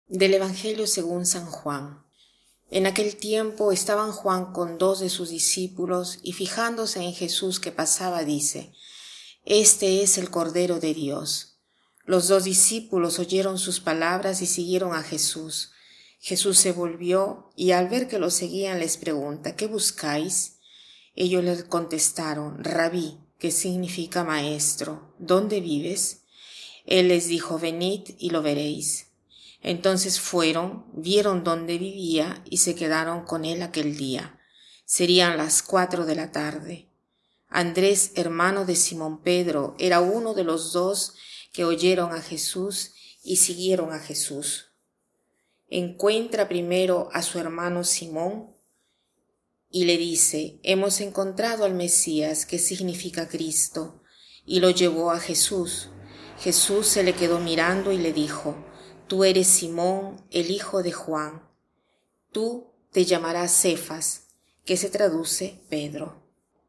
Del Evangelio según San Juan. En aquel tiempo estaban Juan con 2 de sus discípulos y fijándose en Jesús que pasaba dice: Este es el Cordero de Dios. Los 2 discípulos oyeron sus palabras y siguieron a Jesús. Jesús se volvió y al ver que lo seguían les pregunta: ¿Qué buscáis? Ellos le contestaron: Rabí, que significa maestro, ¿dónde vives? Él les dijo: Venid y lo veréis. Entonces fueron, vieron dónde vivía y se quedaron con él aquel día. Serían las 4 de la tarde. Andrés, hermano de Simón Pedro, era uno de los 2 que oyeron a Jesús y siguieron a Jesús. Encuentra primero a su hermano Simón y le dice: Hemos encontrado al Mesías, que significa Cristo, y lo llevó a Jesús. Jesús se le quedó mirando y le dijo: Tú eres Simón, el hijo de Juan. Tú te llamarás Cefas, que se traduce Pedro.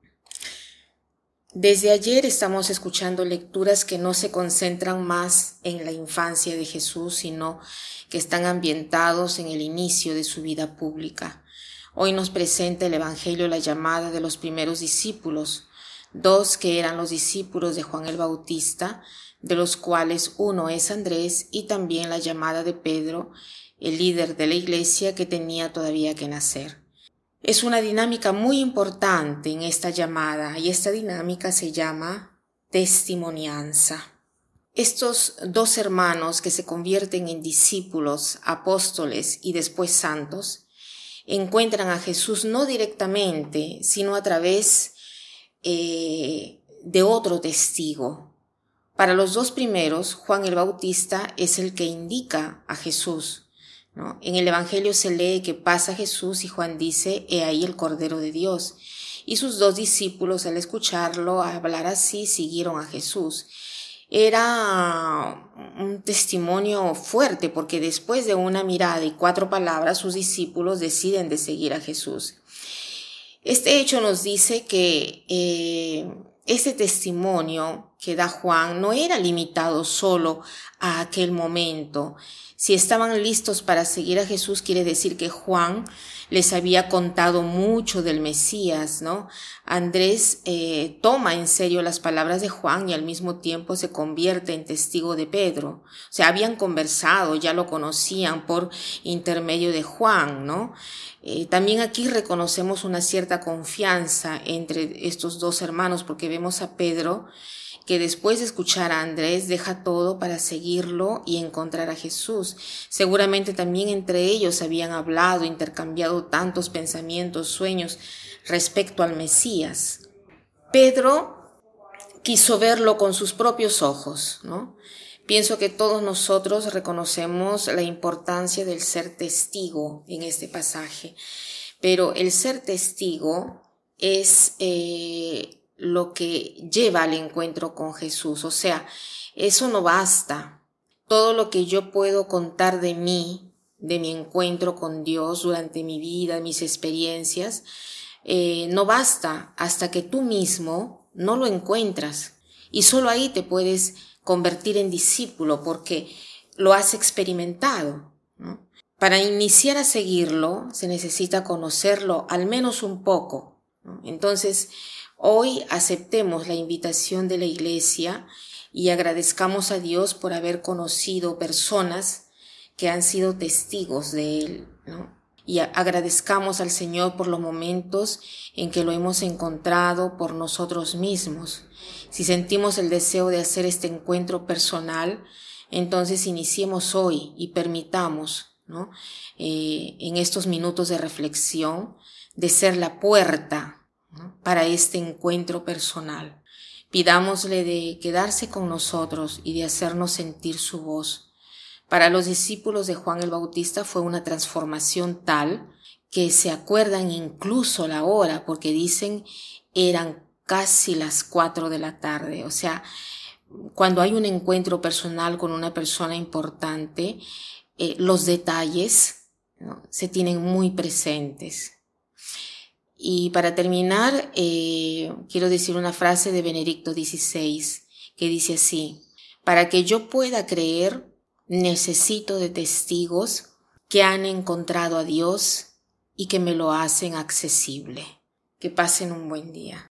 Desde ayer estamos escuchando lecturas que no se concentran más en la infancia de Jesús, sino que están ambientados en el inicio de su vida pública. Hoy nos presenta el Evangelio la llamada de los primeros discípulos, 2 que eran los discípulos de Juan el Bautista, de los cuales uno es Andrés, y también la llamada de Pedro, el líder de la iglesia que tenía todavía que nacer. Es una dinámica muy importante en esta llamada, y esta dinámica se llama testimonianza. Estos 2 hermanos que se convierten en discípulos, apóstoles y después santos, encuentran a Jesús no directamente, sino a través de otro testigo. Para los 2 primeros, Juan el Bautista es el que indica a Jesús, ¿no? En el Evangelio se lee que pasa Jesús y Juan dice: He ahí el Cordero de Dios. Y sus 2 discípulos, al escucharlo hablar así, siguieron a Jesús. Era un testimonio fuerte, porque después de una mirada y 4 palabras, sus discípulos deciden de seguir a Jesús. Este hecho nos dice que ese testimonio que da Juan no era limitado solo a aquel momento. Si estaban listos para seguir a Jesús, quiere decir que Juan les había contado mucho del Mesías, ¿no? Andrés toma en serio las palabras de Juan y al mismo tiempo se convierte en testigo de Pedro. O sea, habían conversado, ya lo conocían por intermedio de Juan, ¿no? También aquí reconocemos una cierta confianza entre estos 2 hermanos, porque vemos a Pedro que después de escuchar a Andrés deja todo para seguirlo y encontrar a Jesús. Seguramente también entre ellos habían hablado, intercambiado tantos pensamientos, sueños respecto al Mesías. Pedro quiso verlo con sus propios ojos, ¿no? Pienso que todos nosotros reconocemos la importancia del ser testigo en este pasaje, pero el ser testigo es lo que lleva al encuentro con Jesús. O sea, eso no basta. Todo lo que yo puedo contar de mí, de mi encuentro con Dios durante mi vida, mis experiencias, no basta hasta que tú mismo no lo encuentras. Y solo ahí te puedes convertir en discípulo, porque lo has experimentado, ¿no? Para iniciar a seguirlo se necesita conocerlo al menos un poco, ¿no? Entonces, hoy aceptemos la invitación de la Iglesia y agradezcamos a Dios por haber conocido personas que han sido testigos de Él, ¿no? Y agradezcamos al Señor por los momentos en que lo hemos encontrado por nosotros mismos. Si sentimos el deseo de hacer este encuentro personal, entonces iniciemos hoy y permitamos, ¿no? En estos minutos de reflexión, de ser la puerta, ¿no?, para este encuentro personal. Pidámosle de quedarse con nosotros y de hacernos sentir su voz. Para los discípulos de Juan el Bautista fue una transformación tal que se acuerdan incluso la hora, porque dicen eran casi las 4 de la tarde. O sea, cuando hay un encuentro personal con una persona importante, los detalles, ¿no?, se tienen muy presentes. Y para terminar, quiero decir una frase de Benedicto XVI que dice así: para que yo pueda creer, Necesito de testigos que han encontrado a Dios y que me lo hacen accesible. Que pasen un buen día.